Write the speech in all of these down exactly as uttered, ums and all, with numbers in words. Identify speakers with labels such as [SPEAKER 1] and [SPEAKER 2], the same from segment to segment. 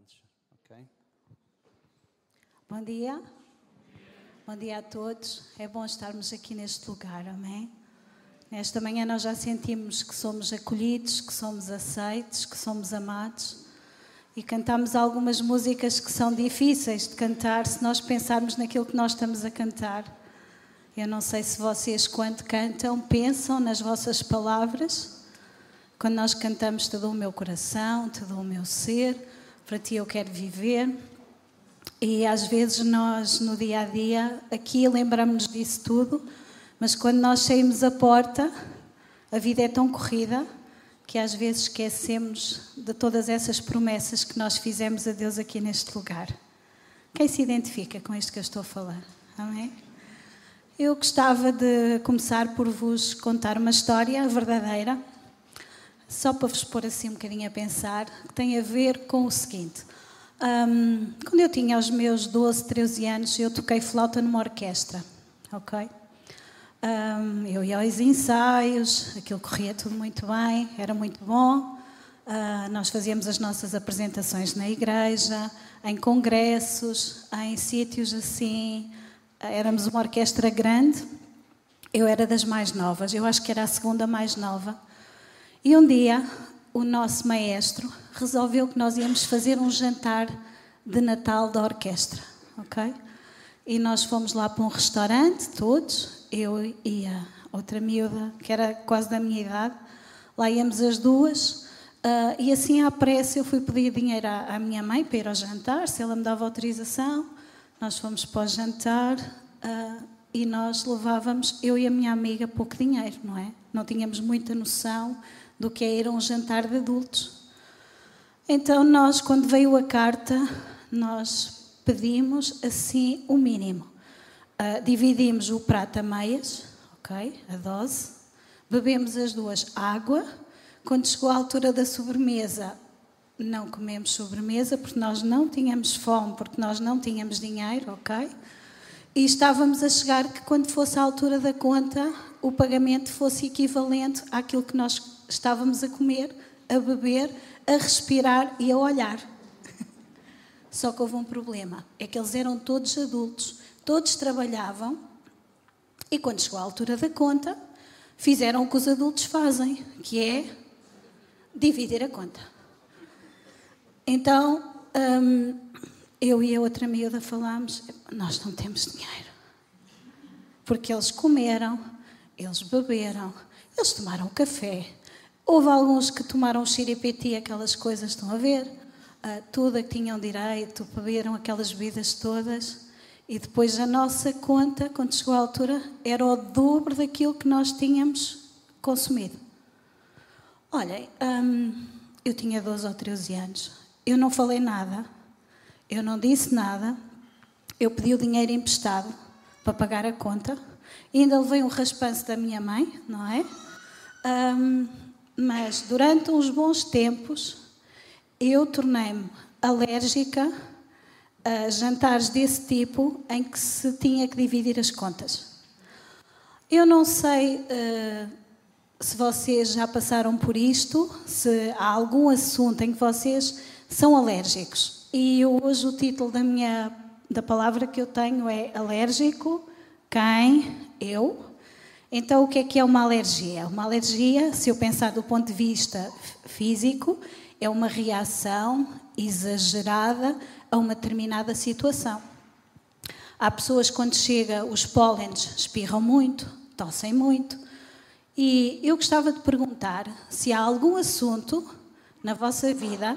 [SPEAKER 1] antes, ok?
[SPEAKER 2] Bom dia. Bom dia a todos. É bom estarmos aqui neste lugar, amém? Nesta manhã nós já sentimos que somos acolhidos, que somos aceitos, que somos amados. E cantamos algumas músicas que são difíceis de cantar se nós pensarmos naquilo que nós estamos a cantar. Eu não sei se vocês, quando cantam, pensam nas vossas palavras. Quando nós cantamos, te dou o meu coração, te dou o meu ser, para ti eu quero viver. E às vezes nós, no dia a dia, aqui lembramos-nos disso tudo, mas quando nós saímos à porta, a vida é tão corrida que às vezes esquecemos de todas essas promessas que nós fizemos a Deus aqui neste lugar. Quem se identifica com isto que eu estou a falar? Amém? Eu gostava de começar por vos contar uma história verdadeira, só para vos pôr assim um bocadinho a pensar, que tem a ver com o seguinte. Um, quando eu tinha os meus doze, treze anos, eu toquei flauta numa orquestra, ok? Um, eu ia aos ensaios, aquilo corria tudo muito bem, era muito bom. Uh, nós fazíamos as nossas apresentações na igreja, em congressos, em sítios assim. Éramos uma orquestra grande, eu era das mais novas, eu acho que era a segunda mais nova. E um dia, o nosso maestro resolveu que nós íamos fazer um jantar de Natal da orquestra, ok? E nós fomos lá para um restaurante, todos, eu e a outra miúda, que era quase da minha idade, lá íamos as duas, uh, e assim à pressa eu fui pedir dinheiro à, à minha mãe para ir ao jantar, se ela me dava autorização. Nós fomos para o jantar uh, e nós levávamos, eu e a minha amiga, pouco dinheiro, não é? Não tínhamos muita noção do que é ir a um jantar de adultos. Então nós, quando veio a carta, nós pedimos assim o mínimo. Uh, dividimos o prato a meias, ok? A dose. Bebemos as duas água. Quando chegou a altura da sobremesa, não comemos sobremesa porque nós não tínhamos fome, porque nós não tínhamos dinheiro, ok? E estávamos a chegar que quando fosse a altura da conta, o pagamento fosse equivalente àquilo que nós estávamos a comer, a beber, a respirar e a olhar. Só que houve um problema, é que eles eram todos adultos, todos trabalhavam e quando chegou a altura da conta, fizeram o que os adultos fazem, que é dividir a conta. Então, hum, eu e a outra miúda falámos, nós não temos dinheiro. Porque eles comeram, eles beberam, eles tomaram café. Houve alguns que tomaram xiripeti, aquelas coisas, estão a ver? Uh, tudo a que tinham direito, beberam aquelas bebidas todas. E depois a nossa conta, quando chegou à altura, era o dobro daquilo que nós tínhamos consumido. Olhem, hum, eu tinha doze ou treze anos. Eu não falei nada, eu não disse nada, eu pedi o dinheiro emprestado para pagar a conta, e ainda levei um raspanço da minha mãe, não é? Um, mas durante uns bons tempos eu tornei-me alérgica a jantares desse tipo em que se tinha que dividir as contas. Eu não sei uh, se vocês já passaram por isto, se há algum assunto em que vocês são alérgicos. E hoje o título da minha da palavra que eu tenho é alérgico, quem? Eu. Então o que é que é uma alergia? Uma alergia, se eu pensar do ponto de vista físico, é uma reação exagerada a uma determinada situação. Há pessoas que quando chega os pólenes espirram muito, tossem muito. E eu gostava de perguntar se há algum assunto na vossa vida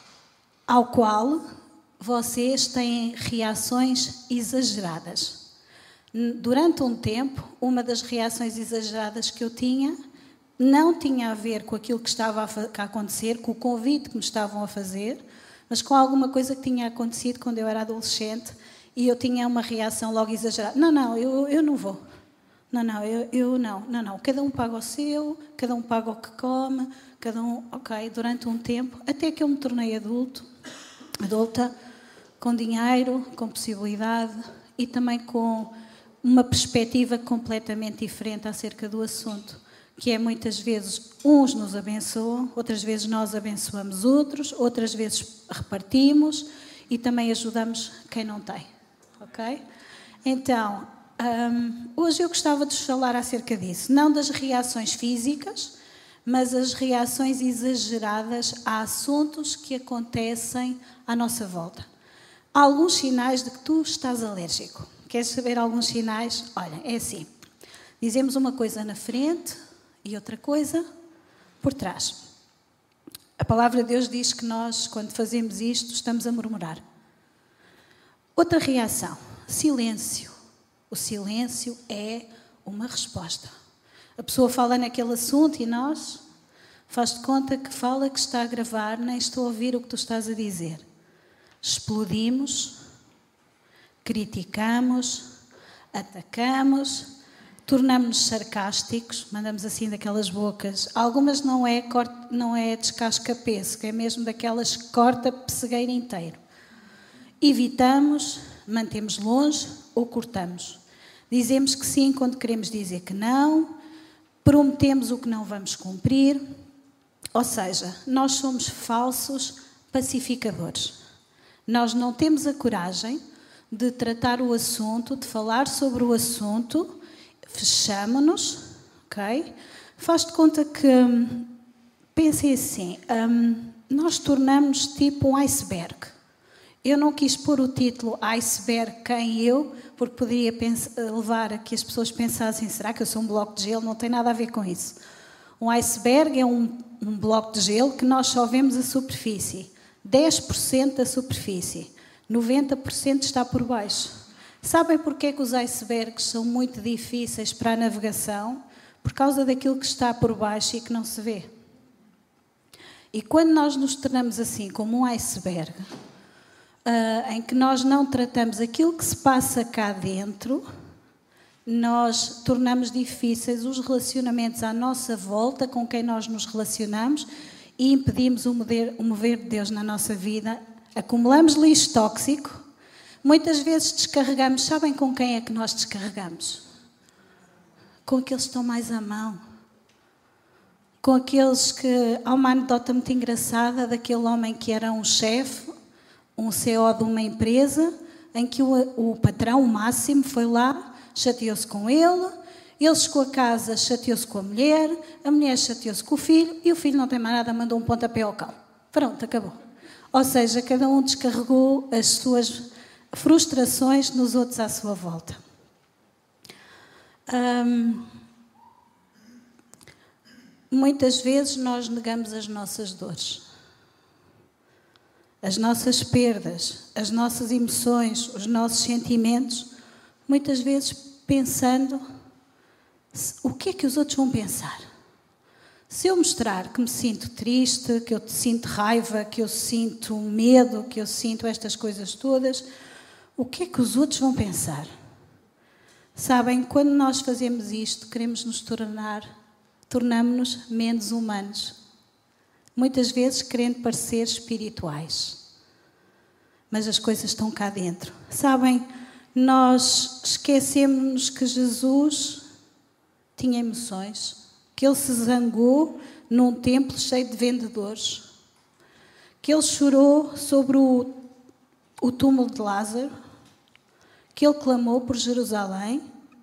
[SPEAKER 2] ao qual vocês têm reações exageradas. Durante um tempo, uma das reações exageradas que eu tinha não tinha a ver com aquilo que estava a acontecer, com o convite que me estavam a fazer, mas com alguma coisa que tinha acontecido quando eu era adolescente e eu tinha uma reação logo exagerada. Não, não, eu, eu não vou. Não, não, eu, eu não, não, não. Cada um paga o seu, cada um paga o que come, cada um, ok, durante um tempo, até que eu me tornei adulto, adulta, com dinheiro, com possibilidade e também com uma perspectiva completamente diferente acerca do assunto, que é muitas vezes uns nos abençoam, outras vezes nós abençoamos outros, outras vezes repartimos e também ajudamos quem não tem, ok? Então, hum, hoje eu gostava de falar acerca disso, não das reações físicas, mas as reações exageradas a assuntos que acontecem à nossa volta. Há alguns sinais de que tu estás alérgico. Queres saber alguns sinais? Olha, é assim, dizemos uma coisa na frente e outra coisa por trás. A palavra de Deus diz que nós, quando fazemos isto, estamos a murmurar. Outra reação, silêncio. O silêncio é uma resposta. A pessoa fala naquele assunto e nós faz de conta que fala que está a gravar, nem estou a ouvir o que tu estás a dizer. Explodimos, criticamos, atacamos, tornamos-nos sarcásticos, mandamos assim daquelas bocas. Algumas não é, não é descasca-pêssego, é mesmo daquelas que corta pessegueiro inteiro. Evitamos, mantemos longe ou cortamos. Dizemos que sim quando queremos dizer que não, prometemos o que não vamos cumprir, ou seja, nós somos falsos pacificadores. Nós não temos a coragem de tratar o assunto, de falar sobre o assunto, fechamo-nos, ok? Faz de conta que, pensem assim, um, nós tornamos-nos tipo um iceberg. Eu não quis pôr o título iceberg quem eu, porque poderia pensar, levar a que as pessoas pensassem, será que eu sou um bloco de gelo? Não tem nada a ver com isso. Um iceberg é um, um bloco de gelo que nós só vemos a superfície. dez por cento da superfície. noventa por cento está por baixo. Sabem porquê é que os icebergs são muito difíceis para a navegação? Por causa daquilo que está por baixo e que não se vê. E quando nós nos tornamos assim, como um iceberg, uh, em que nós não tratamos aquilo que se passa cá dentro, nós tornamos difíceis os relacionamentos à nossa volta com quem nós nos relacionamos e impedimos o mover, o mover de Deus na nossa vida. Acumulamos lixo tóxico, muitas vezes descarregamos. Sabem com quem é que nós descarregamos? Com aqueles que estão mais à mão. Com aqueles que... Há uma anedota muito engraçada daquele homem que era um chefe, um C E O de uma empresa, em que o, o patrão, o Máximo, foi lá, chateou-se com ele, ele chegou a casa, chateou-se com a mulher, a mulher chateou-se com o filho e o filho não tem mais nada, mandou um pontapé ao cão. Pronto, acabou. Ou seja, cada um descarregou as suas frustrações nos outros à sua volta. Hum, muitas vezes nós negamos as nossas dores, as nossas perdas, as nossas emoções, os nossos sentimentos, muitas vezes pensando o que é que os outros vão pensar. Se eu mostrar que me sinto triste, que eu sinto raiva, que eu sinto medo, que eu sinto estas coisas todas, o que é que os outros vão pensar? Sabem, quando nós fazemos isto, queremos nos tornar, tornamos-nos menos humanos. Muitas vezes querendo parecer espirituais. Mas as coisas estão cá dentro. Sabem, nós esquecemos que Jesus tinha emoções, que ele se zangou num templo cheio de vendedores, que ele chorou sobre o, o túmulo de Lázaro, que ele clamou por Jerusalém.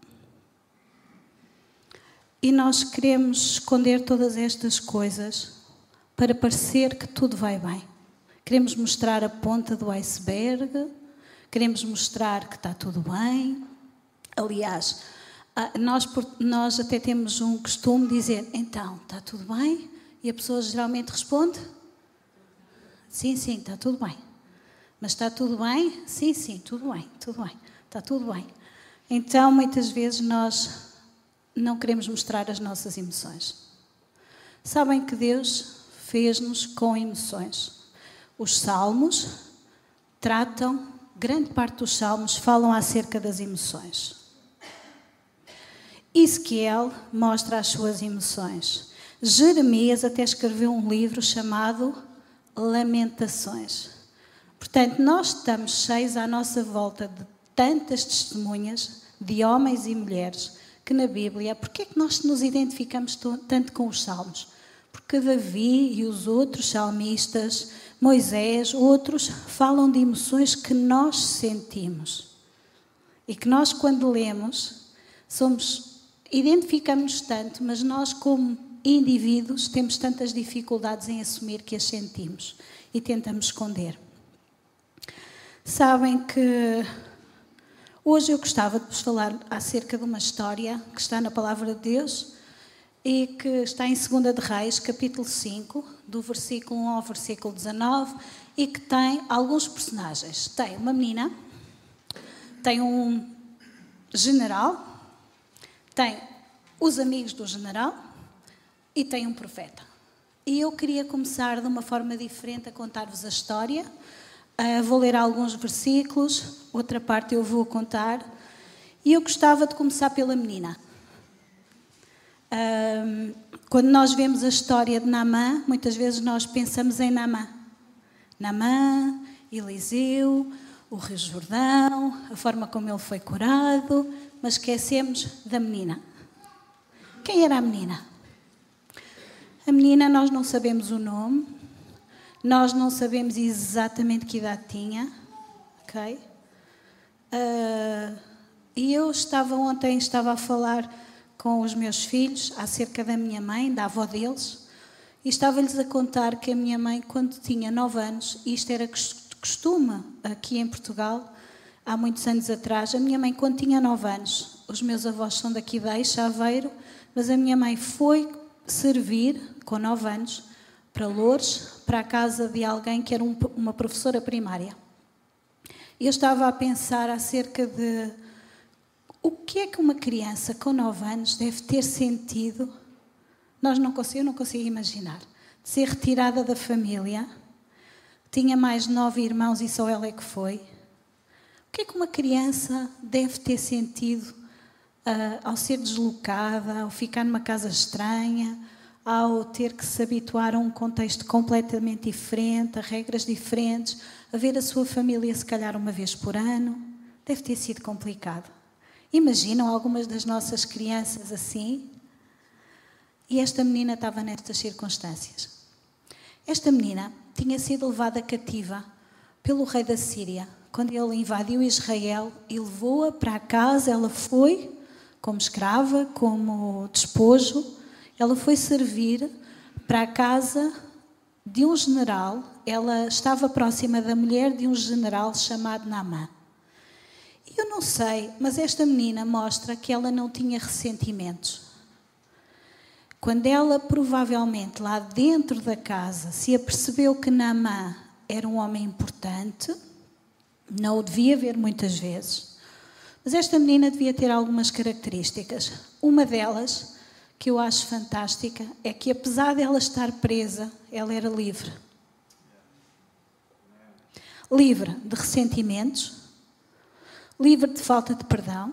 [SPEAKER 2] E nós queremos esconder todas estas coisas para parecer que tudo vai bem. Queremos mostrar a ponta do iceberg, queremos mostrar que está tudo bem. Aliás, nós, nós até temos um costume de dizer, então, está tudo bem? E a pessoa geralmente responde, sim, sim, está tudo bem. Mas está tudo bem? Sim, sim, tudo bem, tudo bem, está tudo bem. Então, muitas vezes nós não queremos mostrar as nossas emoções. Sabem que Deus fez-nos com emoções. Os salmos tratam, grande parte dos salmos falam acerca das emoções. Ezequiel mostra as suas emoções. Jeremias até escreveu um livro chamado Lamentações. Portanto, nós estamos cheios à nossa volta de tantas testemunhas de homens e mulheres que na Bíblia, porque é que nós nos identificamos tanto com os Salmos? Porque Davi e os outros salmistas, Moisés, outros, falam de emoções que nós sentimos. E que nós, quando lemos, somos, identificamos tanto, mas nós, como indivíduos, temos tantas dificuldades em assumir que as sentimos e tentamos esconder. Sabem que hoje eu gostava de vos falar acerca de uma história que está na Palavra de Deus e que está em segunda de Reis, capítulo cinco, do versículo um ao versículo dezanove, e que tem alguns personagens. Tem uma menina, tem um general, tem os amigos do general e tem um profeta. E eu queria começar de uma forma diferente a contar-vos a história. Uh, vou ler alguns versículos, outra parte eu vou contar. E eu gostava de começar pela menina. Uh, quando nós vemos a história de Naamã, muitas vezes nós pensamos em Naamã. Naamã, Eliseu, o Rio Jordão, a forma como ele foi curado, mas esquecemos da menina. Quem era a menina? A menina, nós não sabemos o nome, nós não sabemos exatamente que idade tinha, ok? Uh, e eu estava ontem, estava a falar com os meus filhos acerca da minha mãe, da avó deles, e estava-lhes a contar que a minha mãe, quando tinha nove anos, e isto era costume aqui em Portugal, há muitos anos atrás, a minha mãe, quando tinha nove anos, os meus avós são daqui de Eixo, Aveiro, mas a minha mãe foi servir, com nove anos, para Loures, para a casa de alguém que era um, uma professora primária. Eu estava a pensar acerca de o que é que uma criança com nove anos deve ter sentido. Nós não consigo, eu não consigo imaginar. De ser retirada da família, tinha mais nove irmãos e só ela é que foi. O que é que uma criança deve ter sentido uh, ao ser deslocada, ao ficar numa casa estranha, ao ter que se habituar a um contexto completamente diferente, a regras diferentes, a ver a sua família se calhar uma vez por ano? Deve ter sido complicado. Imaginam algumas das nossas crianças assim? E esta menina estava nestas circunstâncias. Esta menina tinha sido levada cativa pelo rei da Síria, quando ele invadiu Israel e levou-a para a casa. Ela foi como escrava, como despojo. Ela foi servir para a casa de um general. Ela estava próxima da mulher de um general chamado Naamã. E eu não sei, mas esta menina mostra que ela não tinha ressentimentos. Quando ela, provavelmente, lá dentro da casa, se apercebeu que Naamã era um homem importante, não o devia ver muitas vezes, mas esta menina devia ter algumas características. Uma delas, que eu acho fantástica, é que apesar de ela estar presa, ela era livre. Livre de ressentimentos, livre de falta de perdão,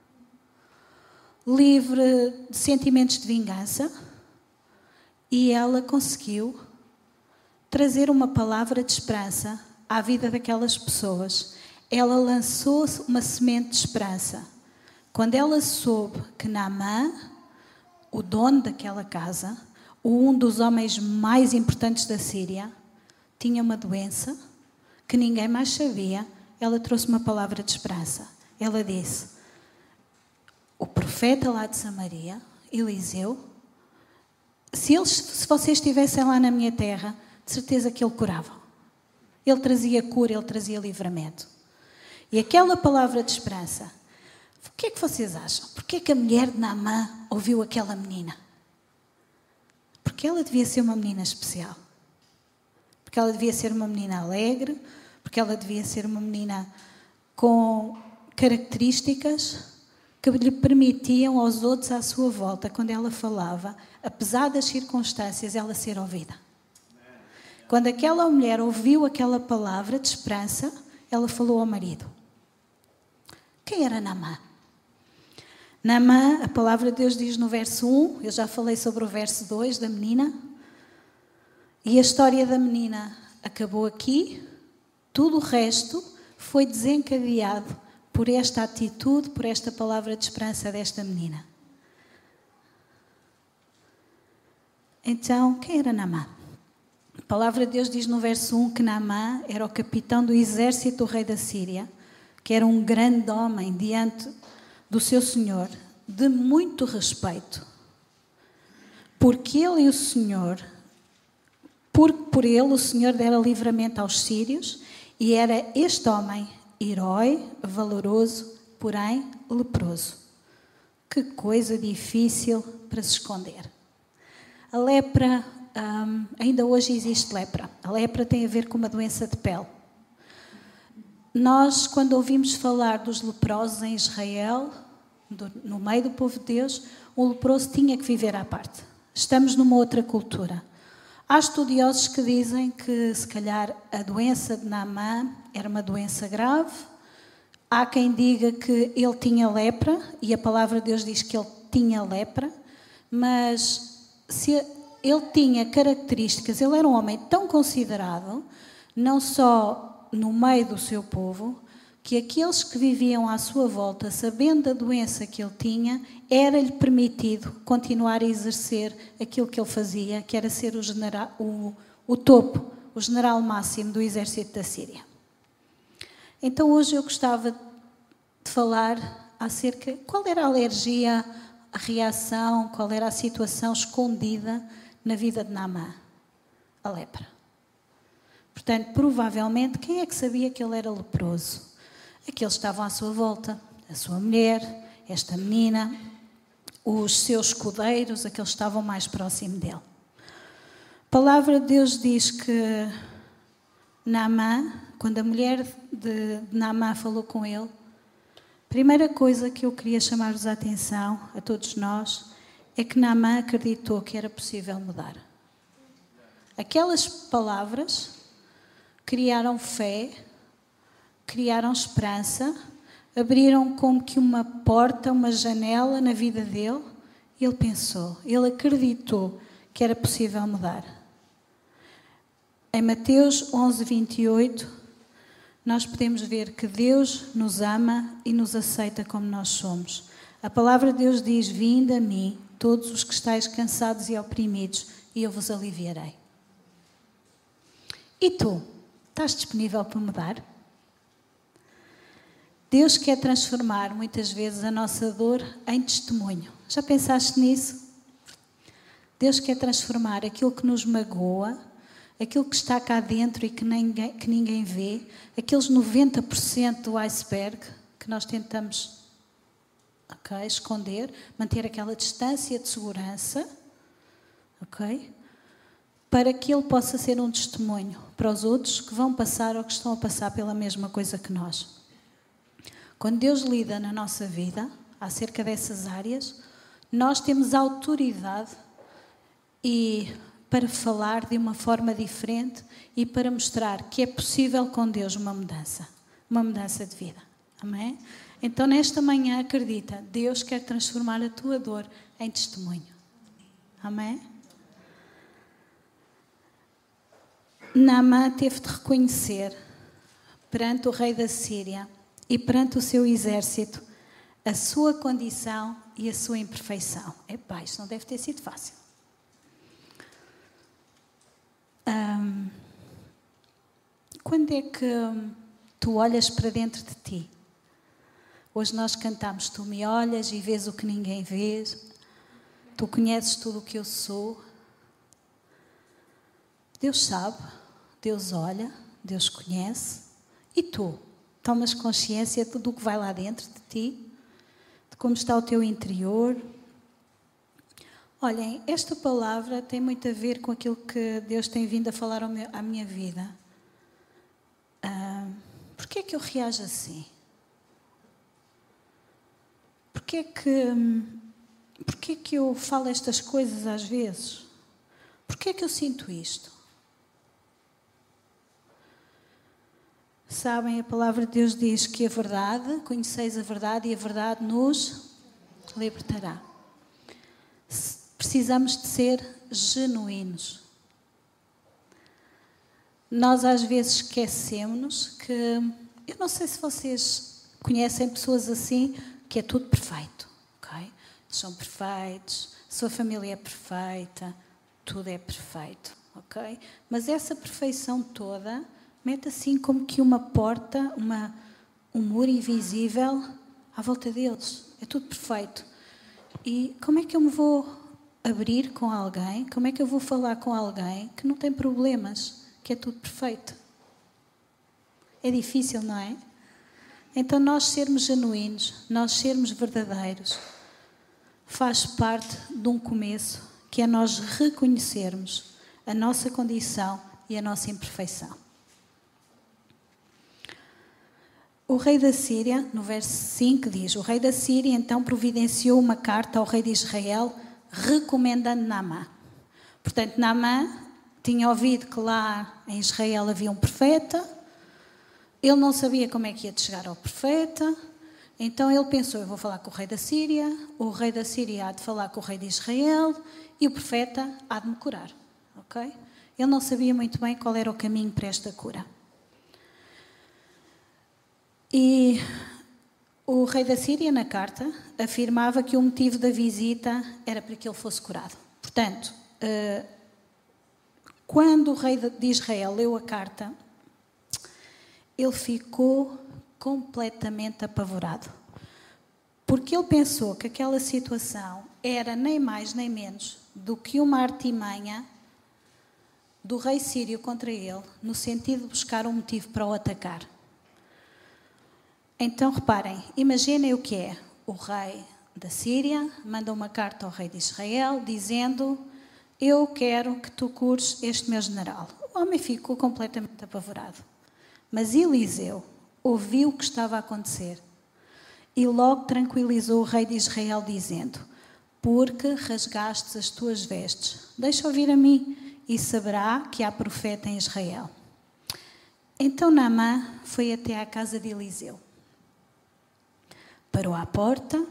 [SPEAKER 2] livre de sentimentos de vingança, e ela conseguiu trazer uma palavra de esperança à vida daquelas pessoas. Ela lançou uma semente de esperança. Quando ela soube que Naamã, o dono daquela casa, um dos homens mais importantes da Síria, tinha uma doença que ninguém mais sabia, ela trouxe uma palavra de esperança. Ela disse: o profeta lá de Samaria, Eliseu, se, eles, se vocês estivessem lá na minha terra, de certeza que ele curava. Ele trazia cura, ele trazia livramento. E aquela palavra de esperança, o que é que vocês acham? Porquê é que a mulher de Naamã ouviu aquela menina? Porque ela devia ser uma menina especial. Porque ela devia ser uma menina alegre, porque ela devia ser uma menina com características que lhe permitiam aos outros à sua volta, quando ela falava, apesar das circunstâncias, ela ser ouvida. Quando aquela mulher ouviu aquela palavra de esperança, ela falou ao marido. Quem era Naamã? Naamã, a palavra de Deus diz no verso um, eu já falei sobre o verso dois da menina, e a história da menina acabou aqui. Tudo o resto foi desencadeado por esta atitude, por esta palavra de esperança desta menina. Então, quem era Naamã? A palavra de Deus diz no verso um que Naamã era o capitão do exército do rei da Síria, que era um grande homem diante do seu senhor, de muito respeito. Porque ele e o Senhor, por, por ele o Senhor dera livramento aos sírios, e era este homem herói, valoroso, porém leproso. Que coisa difícil para se esconder. A lepra, hum, ainda hoje existe lepra. A lepra tem a ver com uma doença de pele. Nós, quando ouvimos falar dos leprosos em Israel, do, no meio do povo de Deus, o leproso tinha que viver à parte. Estamos numa outra cultura. Há estudiosos que dizem que, se calhar, a doença de Naamã era uma doença grave. Há quem diga que ele tinha lepra, e a palavra de Deus diz que ele tinha lepra, mas se ele tinha características, ele era um homem tão considerado, não só no meio do seu povo, que aqueles que viviam à sua volta, sabendo da doença que ele tinha, era-lhe permitido continuar a exercer aquilo que ele fazia, que era ser o, general, o, o topo, o general máximo do exército da Síria. Então hoje eu gostava de falar acerca de qual era a alergia, a reação, qual era a situação escondida na vida de Naamã, a lepra. Portanto, provavelmente, quem é que sabia que ele era leproso? Aqueles que estavam à sua volta, a sua mulher, esta menina, os seus escudeiros, aqueles que estavam mais próximo dele. A palavra de Deus diz que Naamã, quando a mulher de Naamã falou com ele, a primeira coisa que eu queria chamar-vos a atenção, a todos nós, é que Naamã acreditou que era possível mudar. Aquelas palavras criaram fé, criaram esperança, abriram como que uma porta, uma janela na vida dele, e ele pensou, ele acreditou que era possível mudar. Em Mateus onze, vinte e oito, nós podemos ver que Deus nos ama e nos aceita como nós somos. A palavra de Deus diz, vinde a mim, todos os que estáis cansados e oprimidos, e eu vos aliviarei. E tu, estás disponível para mudar? Deus quer transformar muitas vezes a nossa dor em testemunho. Já pensaste nisso? Deus quer transformar aquilo que nos magoa, aquilo que está cá dentro e que ninguém, que ninguém vê, aqueles noventa por cento do iceberg que nós tentamos okay, esconder, manter aquela distância de segurança, ok? Para que ele possa ser um testemunho para os outros que vão passar ou que estão a passar pela mesma coisa que nós. Quando Deus lida na nossa vida, acerca dessas áreas, nós temos autoridade e para falar de uma forma diferente e para mostrar que é possível com Deus uma mudança, uma mudança de vida. Amém? Então, nesta manhã, acredita, Deus quer transformar a tua dor em testemunho. Amém? Naamã teve de reconhecer perante o rei da Síria e perante o seu exército a sua condição e a sua imperfeição. Epá, isto não deve ter sido fácil. Hum, quando é que tu olhas para dentro de ti? Hoje nós cantamos, tu me olhas e vês o que ninguém vê, tu conheces tudo o que eu sou. Deus sabe, Deus olha, Deus conhece. E tu? Tomas consciência de tudo o que vai lá dentro de ti? De como está o teu interior? Olhem, esta palavra tem muito a ver com aquilo que Deus tem vindo a falar ao meu, à minha vida. Ah, porquê é que eu reajo assim? Porquê é que, porquê é que eu falo estas coisas às vezes? Porquê é que eu sinto isto? Sabem, a palavra de Deus diz que a verdade, conheceis a verdade e a verdade nos libertará. Precisamos de ser genuínos. Nós às vezes esquecemos que, eu não sei se vocês conhecem pessoas assim, que é tudo perfeito, ok? São perfeitos, a sua família é perfeita, tudo é perfeito, ok? Mas essa perfeição toda mete assim como que uma porta, uma, um muro invisível à volta deles. É tudo perfeito. E como é que eu me vou abrir com alguém? Como é que eu vou falar com alguém que não tem problemas, que é tudo perfeito? É difícil, não é? Então nós sermos genuínos, nós sermos verdadeiros, faz parte de um começo, que é nós reconhecermos a nossa condição e a nossa imperfeição. O rei da Síria, no verso cinco, diz: o rei da Síria então providenciou uma carta ao rei de Israel recomendando Naamã. Portanto, Naamã tinha ouvido que lá em Israel havia um profeta, ele não sabia como é que ia chegar ao profeta, então ele pensou: eu vou falar com o rei da Síria, o rei da Síria há de falar com o rei de Israel e o profeta há de me curar. Okay? Ele não sabia muito bem qual era o caminho para esta cura. E o rei da Síria, na carta, afirmava que o motivo da visita era para que ele fosse curado. Portanto, quando o rei de Israel leu a carta, ele ficou completamente apavorado. Porque ele pensou que aquela situação era nem mais nem menos do que uma artimanha do rei sírio contra ele, no sentido de buscar um motivo para o atacar. Então, reparem, imaginem o que é. O rei da Síria manda uma carta ao rei de Israel dizendo: eu quero que tu cures este meu general. O homem ficou completamente apavorado. Mas Eliseu ouviu o que estava a acontecer e logo tranquilizou o rei de Israel dizendo: porque rasgaste as tuas vestes, deixa ouvir a mim e saberá que há profeta em Israel. Então Naamã foi até à casa de Eliseu. Parou à porta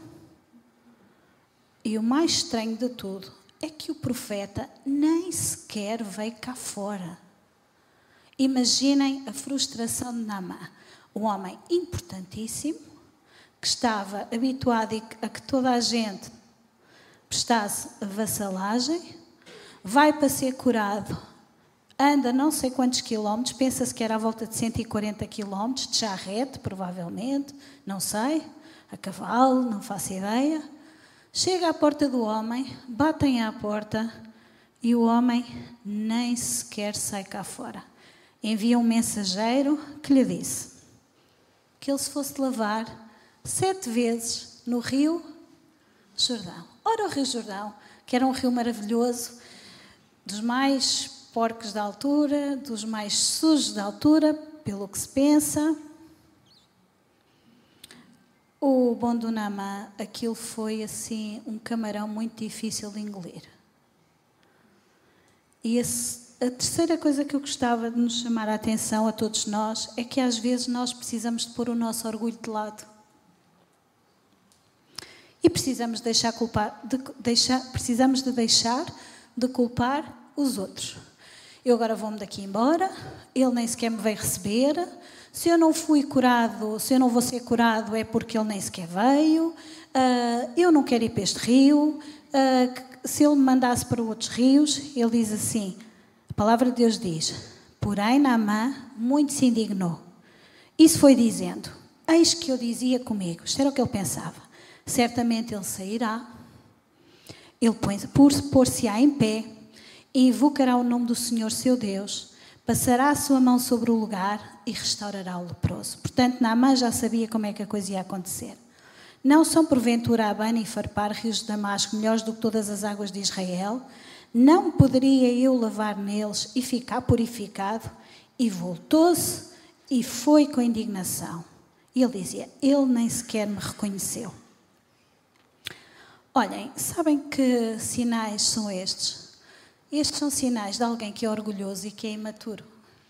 [SPEAKER 2] e o mais estranho de tudo é que o profeta nem sequer veio cá fora. Imaginem a frustração de Naamã, um homem importantíssimo que estava habituado a que toda a gente prestasse vassalagem, vai para ser curado, anda não sei quantos quilómetros, pensa-se que era à volta de cento e quarenta quilómetros, de charrete, provavelmente, não sei, a cavalo, não faço ideia. Chega à porta do homem, batem à porta e o homem nem sequer sai cá fora. Envia um mensageiro que lhe disse que ele se fosse lavar sete vezes no rio Jordão. Ora, o rio Jordão, que era um rio maravilhoso, dos mais porcos da altura, dos mais sujos da altura, pelo que se pensa. O bom do Naamã, aquilo foi assim um camarão muito difícil de engolir. E esse, a terceira coisa que eu gostava de nos chamar a atenção a todos nós é que às vezes nós precisamos de pôr o nosso orgulho de lado. E precisamos de deixar culpar, de deixar, precisamos de deixar de culpar os outros. Eu agora vou-me daqui embora, ele nem sequer me veio receber. Se eu não fui curado, se eu não vou ser curado é porque ele nem sequer veio. Uh, eu não quero ir para este rio. Uh, se ele me mandasse para outros rios, ele diz assim, a palavra de Deus diz: porém Naamã muito se indignou. Isso foi dizendo: eis que eu dizia comigo. Isto era o que ele pensava. Certamente ele sairá, ele pôr-se-á em pé e invocará o nome do Senhor seu Deus, passará a sua mão sobre o lugar e restaurará o leproso. Portanto, Naamã já sabia como é que a coisa ia acontecer. Não são porventura Abana e Farpar, rios de Damasco, melhores do que todas as águas de Israel? Não poderia eu lavar neles e ficar purificado? E voltou-se e foi com indignação. E ele dizia: ele nem sequer me reconheceu. Olhem, sabem que sinais são estes? Estes são sinais de alguém que é orgulhoso e que é imaturo.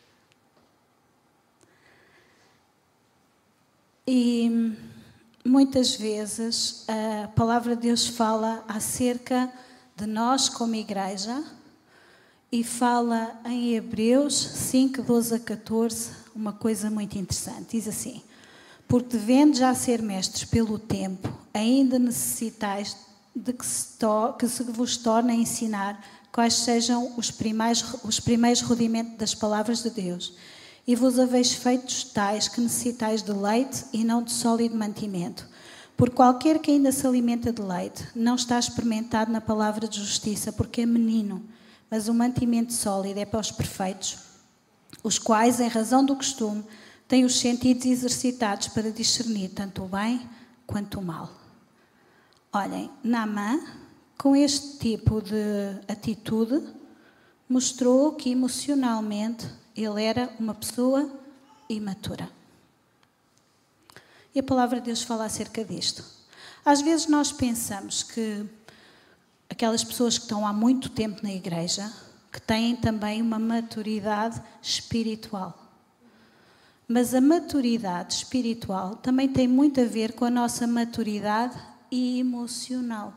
[SPEAKER 2] E muitas vezes a palavra de Deus fala acerca de nós como igreja e fala em Hebreus cinco, doze a catorze, uma coisa muito interessante. Diz assim: porque devendo já ser mestres pelo tempo, ainda necessitais de que se, to- que se vos torne a ensinar quais sejam os primeiros, os primeiros rudimentos das palavras de Deus. E vos haveis feitos tais que necessitais de leite e não de sólido mantimento. Por qualquer que ainda se alimenta de leite, não está experimentado na palavra de justiça, porque é menino. Mas o mantimento sólido é para os perfeitos, os quais, em razão do costume, têm os sentidos exercitados para discernir tanto o bem quanto o mal. Olhem, Naamã, com este tipo de atitude, mostrou que emocionalmente ele era uma pessoa imatura. E a palavra de Deus fala acerca disto. Às vezes nós pensamos que aquelas pessoas que estão há muito tempo na igreja, que têm também uma maturidade espiritual. Mas a maturidade espiritual também tem muito a ver com a nossa maturidade emocional.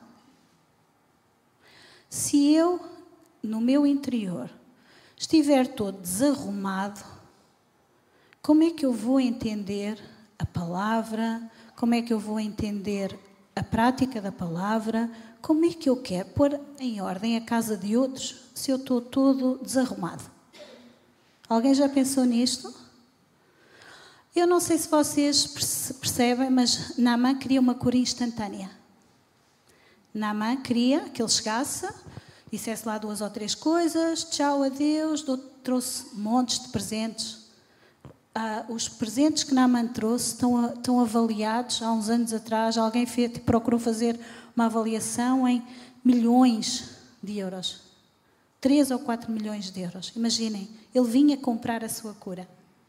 [SPEAKER 2] Se eu, no meu interior, estiver todo desarrumado, como é que eu vou entender a palavra? Como é que eu vou entender a prática da palavra? Como é que eu quero pôr em ordem a casa de outros se eu estou todo desarrumado? Alguém já pensou nisto? Eu não sei se vocês percebem, mas Naamã queria uma cura instantânea. Naamã queria que ele chegasse, dissesse lá duas ou três coisas, tchau, adeus, trouxe montes de presentes. Ah, os presentes que Naamã trouxe estão, estão avaliados há uns anos atrás. Alguém fez, procurou fazer uma avaliação em milhões de euros. três ou quatro milhões de euros. Imaginem, ele vinha comprar a sua cura.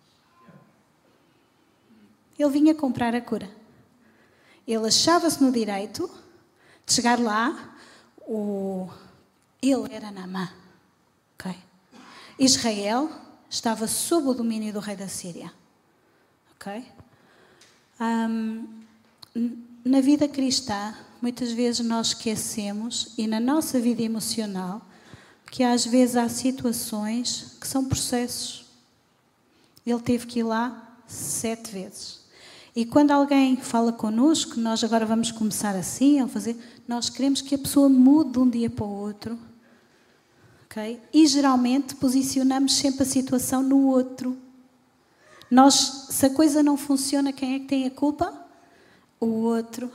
[SPEAKER 2] Ele vinha comprar a cura. Ele achava-se no direito de chegar lá. O... Ele era Naamã. Okay? Israel estava sob o domínio do rei da Síria. Ok? Um, na vida cristã, muitas vezes nós esquecemos, e na nossa vida emocional, que às vezes há situações que são processos. Ele teve que ir lá sete vezes. E quando alguém fala connosco, nós agora vamos começar assim, a fazer, nós queremos que a pessoa mude de um dia para o outro. Okay? E geralmente posicionamos sempre a situação no outro. Nós, se a coisa não funciona, quem é que tem a culpa? O outro.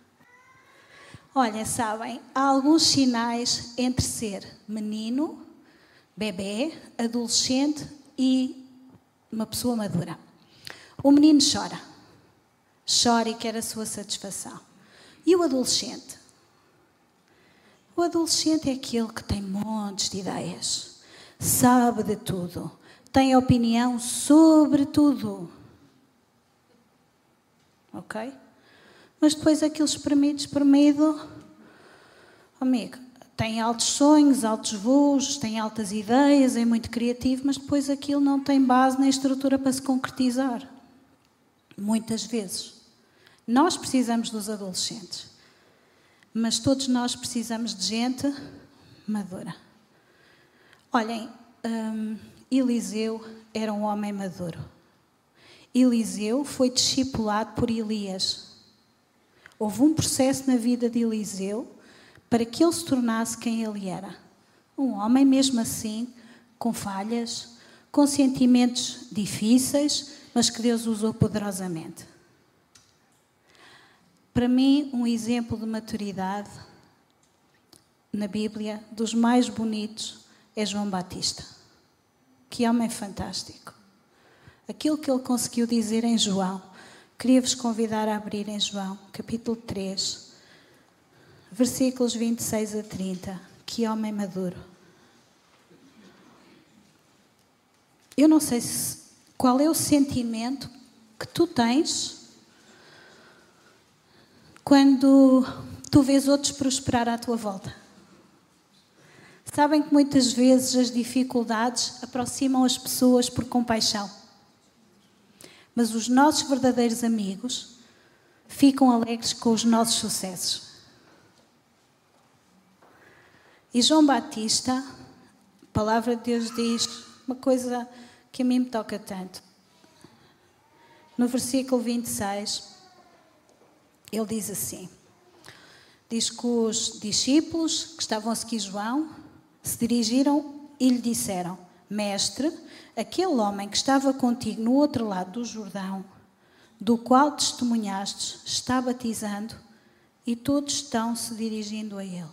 [SPEAKER 2] Olha, sabem, há alguns sinais entre ser menino, bebê, adolescente e uma pessoa madura. O menino chora. Chora e quer a sua satisfação. E o adolescente? O adolescente é aquele que tem montes de ideias, sabe de tudo, tem opinião sobre tudo. Ok? Mas depois aquilo espremido, espremido, amigo, tem altos sonhos, altos voos, tem altas ideias, é muito criativo, mas depois aquilo não tem base nem estrutura para se concretizar. Muitas vezes. Nós precisamos dos adolescentes. Mas todos nós precisamos de gente madura. Olhem, um, Eliseu era um homem maduro. Eliseu foi discipulado por Elias. Houve um processo na vida de Eliseu para que ele se tornasse quem ele era. Um homem mesmo assim, com falhas, com sentimentos difíceis, mas que Deus usou poderosamente. Para mim, um exemplo de maturidade na Bíblia, dos mais bonitos, é João Batista. Que homem fantástico. Aquilo que ele conseguiu dizer em João, queria-vos convidar a abrir em João, capítulo três, versículos vinte e seis a trinta. Que homem maduro. Eu não sei se, qual é o sentimento que tu tens quando tu vês outros prosperar à tua volta. Sabem que muitas vezes as dificuldades aproximam as pessoas por compaixão. Mas os nossos verdadeiros amigos ficam alegres com os nossos sucessos. E João Batista, a palavra de Deus diz uma coisa que a mim me toca tanto. No versículo vinte e seis... ele diz assim, diz que os discípulos que estavam a seguir João se dirigiram e lhe disseram: Mestre, aquele homem que estava contigo no outro lado do Jordão, do qual testemunhastes, está batizando e todos estão se dirigindo a ele.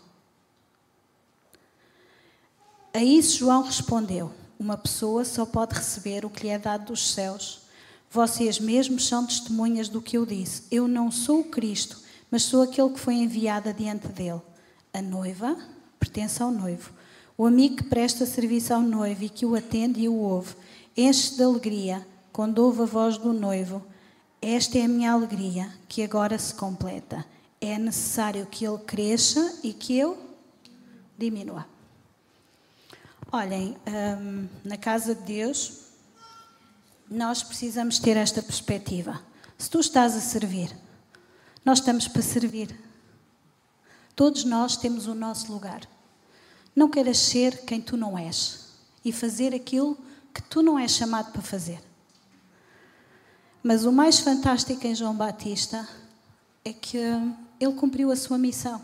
[SPEAKER 2] A isso João respondeu: Uma pessoa só pode receber o que lhe é dado dos céus. Vocês mesmos são testemunhas do que eu disse. Eu não sou o Cristo, mas sou aquele que foi enviado adiante dele. A noiva pertence ao noivo. O amigo que presta serviço ao noivo e que o atende e o ouve, enche de alegria quando ouve a voz do noivo. Esta é a minha alegria, que agora se completa. É necessário que ele cresça e que eu diminua. Olhem, hum, na casa de Deus, nós precisamos ter esta perspectiva. Se tu estás a servir, nós estamos para servir. Todos nós temos o nosso lugar. Não queiras ser quem tu não és e fazer aquilo que tu não és chamado para fazer. Mas o mais fantástico em João Batista é que ele cumpriu a sua missão.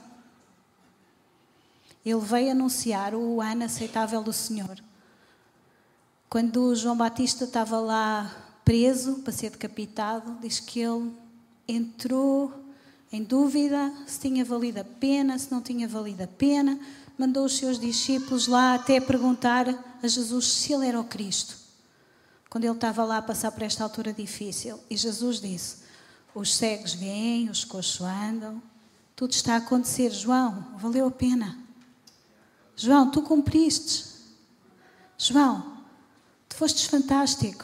[SPEAKER 2] Ele veio anunciar o ano aceitável do Senhor. Quando João Batista estava lá preso para ser decapitado, diz que ele entrou em dúvida se tinha valido a pena, se não tinha valido a pena. Mandou os seus discípulos lá até perguntar a Jesus se ele era o Cristo. Quando ele estava lá a passar por esta altura difícil. E Jesus disse: os cegos vêm, os coxos andam. Tudo está a acontecer. João, valeu a pena. João, tu cumpriste. João, tu fostes fantástico.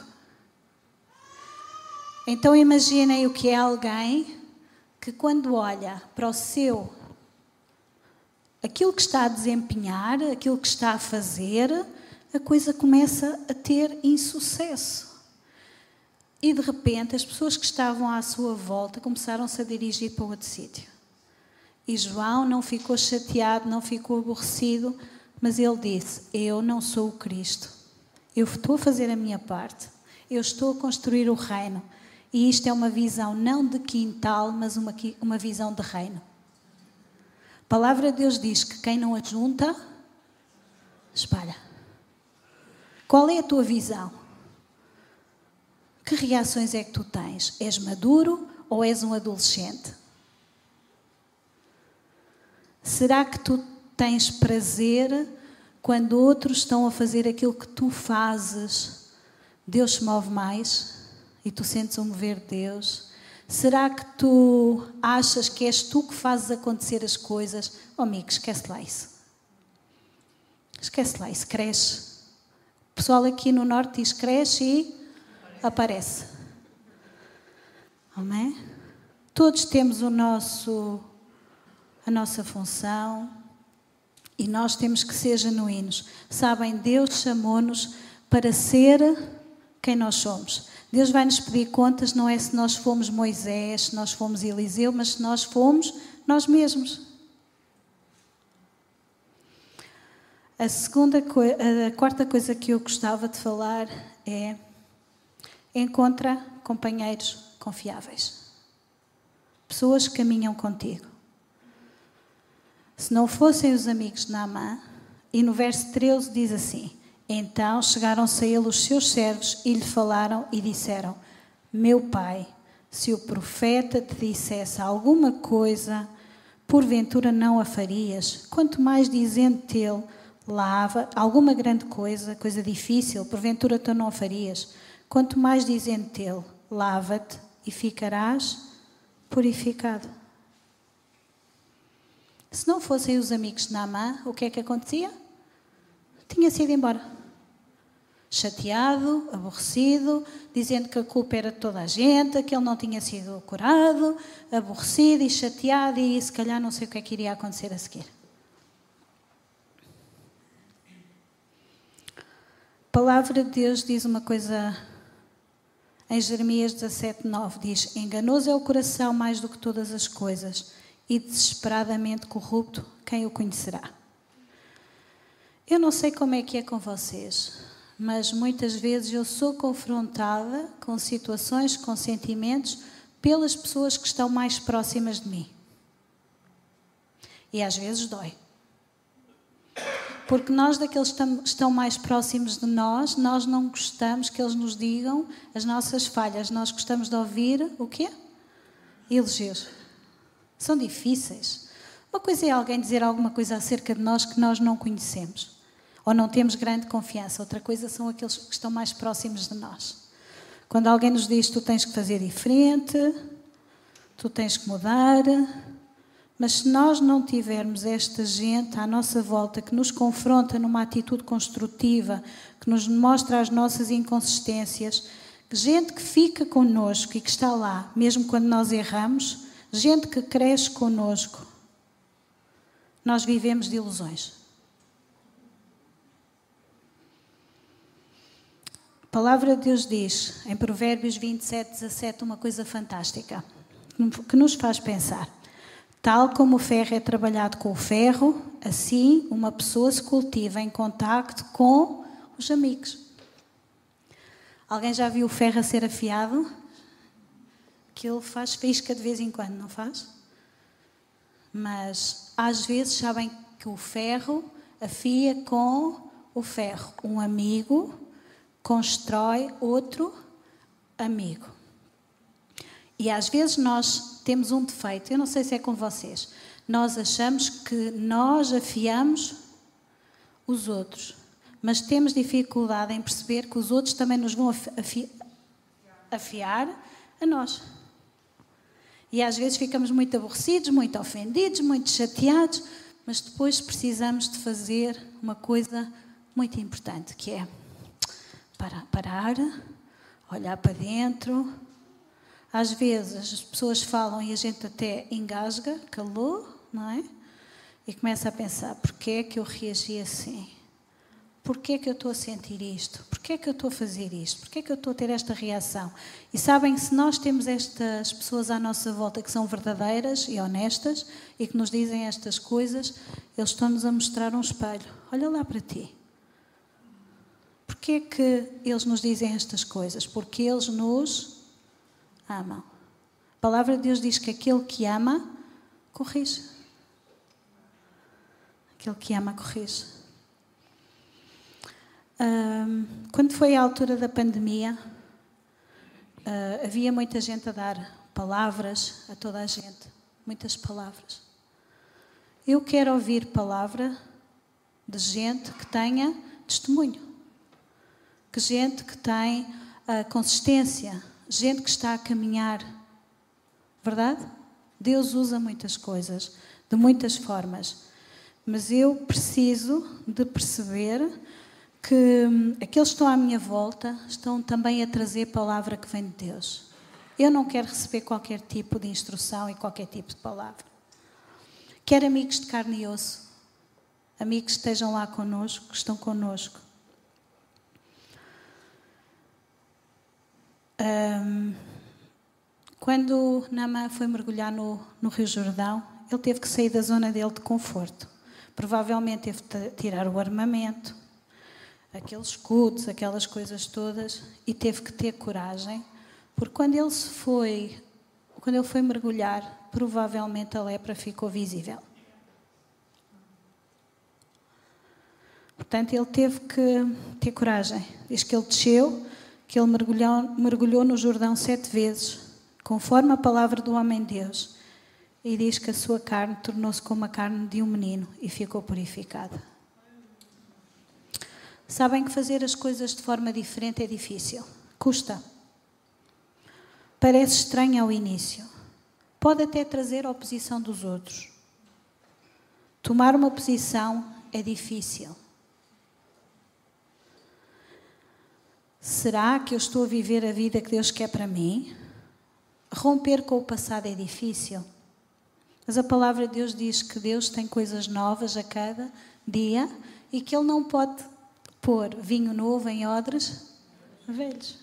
[SPEAKER 2] Então imaginem o que é alguém que quando olha para o seu, aquilo que está a desempenhar, aquilo que está a fazer, a coisa começa a ter insucesso. E de repente as pessoas que estavam à sua volta começaram-se a dirigir para outro sítio. E João não ficou chateado, não ficou aborrecido, mas ele disse: eu não sou o Cristo. Eu estou a fazer a minha parte. Eu estou a construir o reino. E isto é uma visão não de quintal, mas uma, uma visão de reino. A palavra de Deus diz que quem não ajunta, espalha. Qual é a tua visão? Que reações é que tu tens? És maduro ou és um adolescente? Será que tu tens prazer quando outros estão a fazer aquilo que tu fazes? Deus se move mais e tu sentes o mover de Deus? Será que tu achas que és tu que fazes acontecer as coisas? Oh, amigo, esquece lá isso. Esquece lá isso, cresce. O pessoal aqui no norte diz cresce e aparece. Amém? Todos temos o nosso, a nossa função e nós temos que ser genuínos. Sabem, Deus chamou-nos para ser quem nós somos. Deus vai nos pedir contas, não é se nós fomos Moisés, se nós fomos Eliseu, mas se nós fomos nós mesmos. A, segunda, a quarta coisa que eu gostava de falar é: encontra companheiros confiáveis. Pessoas que caminham contigo. Se não fossem os amigos de Naamã, e no verso treze diz assim: então chegaram-se a ele os seus servos e lhe falaram e disseram: meu pai, se o profeta te dissesse alguma coisa, porventura não a farias? Quanto mais dizendo-te ele, lava, alguma grande coisa, coisa difícil, porventura tu não a farias? Quanto mais dizendo-te ele, lava-te e ficarás purificado. Se não fossem os amigos de Naamã, o que é que acontecia? Tinha sido embora. Chateado, aborrecido, dizendo que a culpa era de toda a gente, que ele não tinha sido curado, aborrecido e chateado, e se calhar não sei o que é que iria acontecer a seguir. A palavra de Deus diz uma coisa em Jeremias dezassete, nove, diz: enganoso é o coração mais do que todas as coisas, e desesperadamente corrupto, quem o conhecerá? Eu não sei como é que é com vocês, mas muitas vezes eu sou confrontada com situações, com sentimentos, pelas pessoas que estão mais próximas de mim. E às vezes dói. Porque nós, daqueles que estão mais próximos de nós, nós não gostamos que eles nos digam as nossas falhas. Nós gostamos de ouvir o quê? Elogios. São difíceis. Uma coisa é alguém dizer alguma coisa acerca de nós que nós não conhecemos. Ou não temos grande confiança. Outra coisa são aqueles que estão mais próximos de nós. Quando alguém nos diz, tu tens que fazer diferente, tu tens que mudar... Mas se nós não tivermos esta gente à nossa volta que nos confronta numa atitude construtiva, que nos mostra as nossas inconsistências, gente que fica connosco e que está lá, mesmo quando nós erramos, gente que cresce connosco, nós vivemos de ilusões. A palavra de Deus diz, em Provérbios vinte e sete, dezassete, uma coisa fantástica, que nos faz pensar. Tal como o ferro é trabalhado com o ferro, assim uma pessoa se cultiva em contacto com os amigos. Alguém já viu o ferro a ser afiado? Aquilo faz fisca de vez em quando, não faz? Mas às vezes sabem que o ferro afia com o ferro. Um amigo constrói outro amigo. E às vezes nós temos um defeito, eu não sei se é com vocês, nós achamos que nós afiamos os outros, mas temos dificuldade em perceber que os outros também nos vão afi- afiar a nós. E às vezes ficamos muito aborrecidos, muito ofendidos, muito chateados, mas depois precisamos de fazer uma coisa muito importante, que é parar, olhar para dentro. Às vezes as pessoas falam e a gente até engasga, calou, não é? E começa a pensar, porquê é que eu reagi assim? Porquê é que eu estou a sentir isto? Porquê é que eu estou a fazer isto? Porquê é que eu estou a ter esta reação? E sabem que se nós temos estas pessoas à nossa volta que são verdadeiras e honestas e que nos dizem estas coisas, eles estão-nos a mostrar um espelho. Olha lá para ti. Porquê é que eles nos dizem estas coisas? Porque eles nos amam. A palavra de Deus diz que aquele que ama, corrige. Aquele que ama, corrige. Um, quando foi a altura da pandemia, uh, havia muita gente a dar palavras a toda a gente. Muitas palavras. Eu quero ouvir palavra de gente que tenha testemunho. Que gente que tem uh, consistência. Gente que está a caminhar. Verdade? Deus usa muitas coisas, de muitas formas. Mas eu preciso de perceber que aqueles que estão à minha volta estão também a trazer palavra que vem de Deus. Eu não quero receber qualquer tipo de instrução e qualquer tipo de palavra. Quero amigos de carne e osso. Amigos que estejam lá connosco, que estão connosco. Um, quando Naamã foi mergulhar no, no Rio Jordão, ele teve que sair da zona dele de conforto. Provavelmente teve de tirar o armamento, aqueles escudos, aquelas coisas todas, e teve que ter coragem, porque quando ele se foi, quando ele foi mergulhar, provavelmente a lepra ficou visível. Portanto, ele teve que ter coragem. Diz que ele desceu, que ele mergulhou, mergulhou no Jordão sete vezes, conforme a palavra do homem de Deus, e diz que a sua carne tornou-se como a carne de um menino e ficou purificada. Sabem que fazer as coisas de forma diferente é difícil. Custa. Parece estranho ao início. Pode até trazer a oposição dos outros. Tomar uma posição é difícil. Será que eu estou a viver a vida que Deus quer para mim? Romper com o passado é difícil. Mas a palavra de Deus diz que Deus tem coisas novas a cada dia e que Ele não pode pôr vinho novo em odres velhos.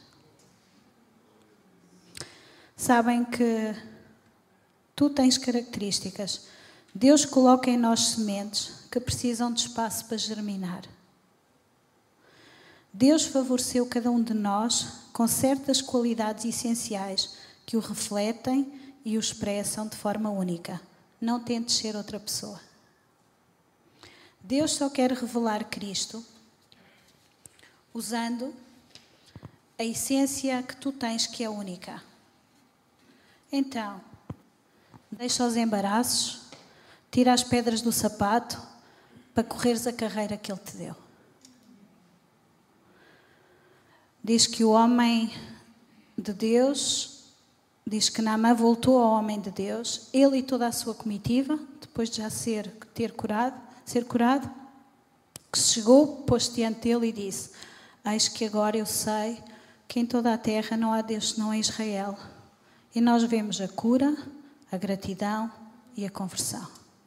[SPEAKER 2] Sabem que tu tens características. Deus coloca em nós sementes que precisam de espaço para germinar. Deus favoreceu cada um de nós com certas qualidades essenciais que o refletem e o expressam de forma única. Não tentes ser outra pessoa. Deus só quer revelar Cristo usando a essência que tu tens, que é única. Então, deixa os embaraços, tira as pedras do sapato para correres a carreira que Ele te deu. Diz que o homem de Deus, diz que Naamã voltou ao homem de Deus, ele e toda a sua comitiva, depois de já ser, ter curado, ser curado, que chegou, pôs-se diante dele e disse: eis que agora eu sei que em toda a terra não há Deus senão em Israel. E nós vemos a cura, a gratidão e a conversão.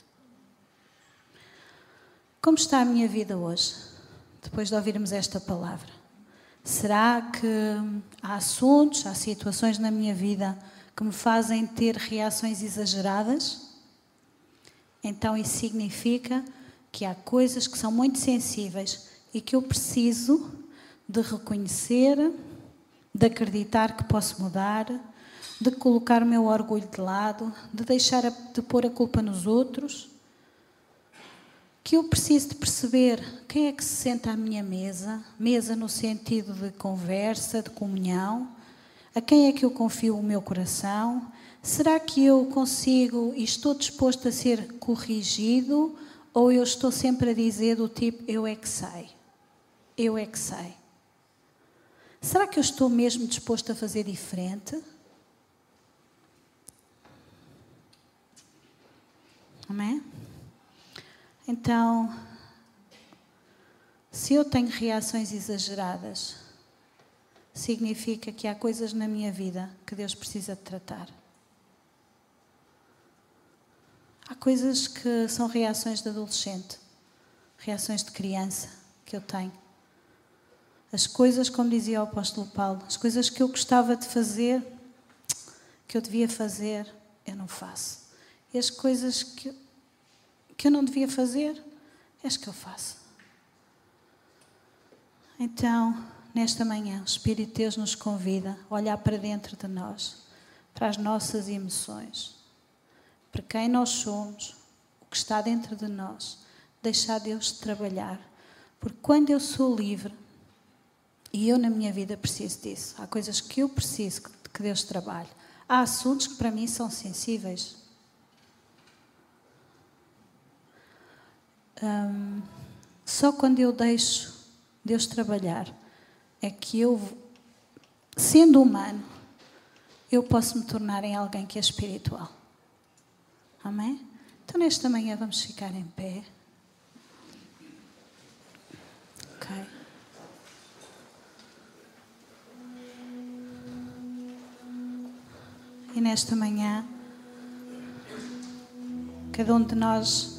[SPEAKER 2] Como está a minha vida hoje, depois de ouvirmos esta palavra? Será que há assuntos, há situações na minha vida que me fazem ter reações exageradas? Então isso significa que há coisas que são muito sensíveis e que eu preciso de reconhecer, de acreditar que posso mudar, de colocar o meu orgulho de lado, de deixar a, de pôr a culpa nos outros, que eu preciso de perceber quem é que se senta à minha mesa, mesa no sentido de conversa, de comunhão, a quem é que eu confio o meu coração, será que eu consigo e estou disposto a ser corrigido ou eu estou sempre a dizer do tipo, eu é que sei, eu é que sei. Será que eu estou mesmo disposto a fazer diferente? Amém? Então, se eu tenho reações exageradas, significa que há coisas na minha vida que Deus precisa de tratar. Há coisas que são reações de adolescente, reações de criança que eu tenho. As coisas, como dizia o apóstolo Paulo, as coisas que eu gostava de fazer, que eu devia fazer, eu não faço. E as coisas que, que eu não devia fazer, é as que eu faço. Então, nesta manhã, o Espírito de Deus nos convida a olhar para dentro de nós, para as nossas emoções, para quem nós somos, o que está dentro de nós, deixar Deus trabalhar. Porque quando eu sou livre, e eu na minha vida preciso disso, há coisas que eu preciso que Deus trabalhe. Há assuntos que para mim são sensíveis. Hum, só quando eu deixo Deus trabalhar é que eu, sendo humano, eu posso me tornar em alguém que é espiritual. Amém? Então nesta manhã vamos ficar em pé. Ok. E nesta manhã, cada um de nós,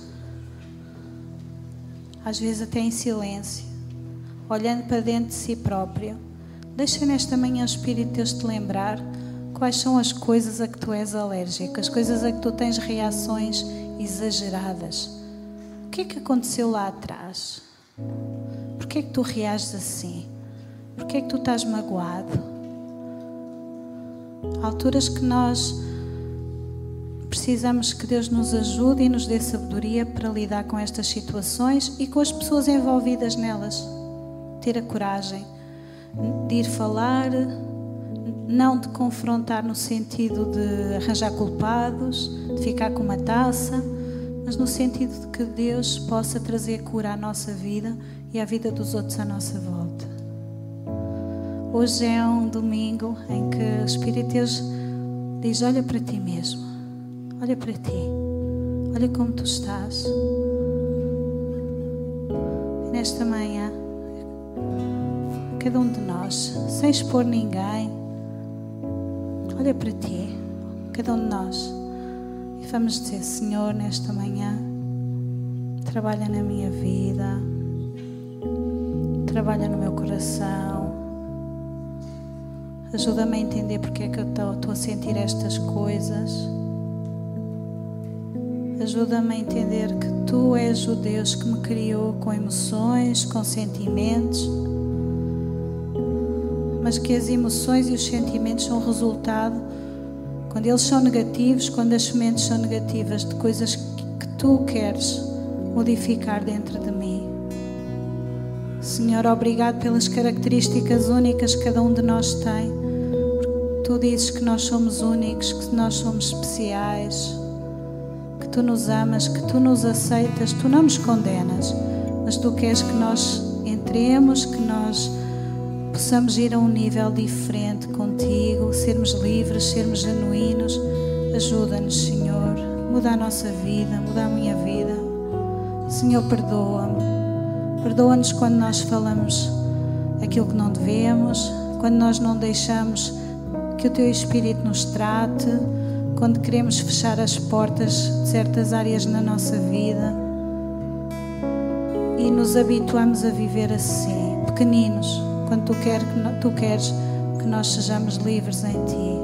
[SPEAKER 2] às vezes até em silêncio, olhando para dentro de si próprio, deixa nesta manhã o Espírito de Deus te lembrar quais são as coisas a que tu és alérgico, as coisas a que tu tens reações exageradas. O que é que aconteceu lá atrás? Porquê é que tu reages assim? Porquê é que tu estás magoado? Há alturas que nós precisamos que Deus nos ajude e nos dê sabedoria para lidar com estas situações e com as pessoas envolvidas nelas. Ter a coragem de ir falar, não de confrontar no sentido de arranjar culpados, de ficar com uma taça, mas no sentido de que Deus possa trazer cura à nossa vida e à vida dos outros à nossa volta. Hoje é um domingo em que o Espírito de Deus diz: olha para ti mesmo, olha para ti, olha como tu estás. E nesta manhã, cada um de nós, sem expor ninguém, olha para ti, cada um de nós, e vamos dizer: Senhor, nesta manhã, trabalha na minha vida, trabalha no meu coração, ajuda-me a entender porque é que eu estou a sentir estas coisas, ajuda-me a entender que Tu és o Deus que me criou com emoções, com sentimentos, mas que as emoções e os sentimentos são resultado, quando eles são negativos, quando as sementes são negativas, de coisas que, que Tu queres modificar dentro de mim. Senhor, obrigado pelas características únicas que cada um de nós tem. Tu dizes que nós somos únicos, que nós somos especiais, que Tu nos amas, que Tu nos aceitas, Tu não nos condenas, mas Tu queres que nós entremos, que nós possamos ir a um nível diferente contigo, sermos livres, sermos genuínos. Ajuda-nos, Senhor, muda a nossa vida, muda a minha vida. Senhor, perdoa-me. Perdoa-nos quando nós falamos aquilo que não devemos, quando nós não deixamos que o Teu Espírito nos trate, quando queremos fechar as portas de certas áreas na nossa vida e nos habituamos a viver assim, pequeninos, quando Tu, quer, tu queres que nós sejamos livres em Ti.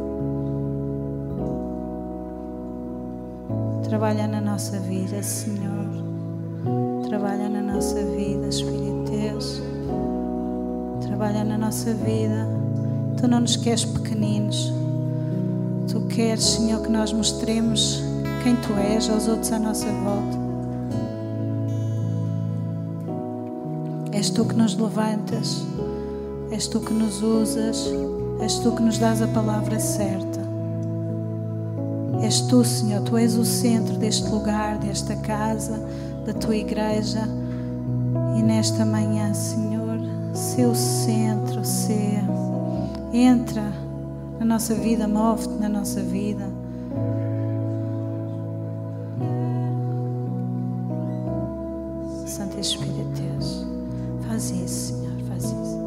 [SPEAKER 2] Trabalha na nossa vida, Senhor. Trabalha na nossa vida, Espírito de Deus. Trabalha na nossa vida. Tu não nos queres pequeninos. Tu queres, Senhor, que nós mostremos quem Tu és aos outros à nossa volta. És Tu que nos levantas. És Tu que nos usas. És Tu que nos dás a palavra certa. És Tu, Senhor. Tu és o centro deste lugar, desta casa, da Tua igreja. E nesta manhã, Senhor, sê o centro, sê, entra na nossa vida, move-te na nossa vida. Santo Espírito de Deus, faz isso, Senhor, faz isso.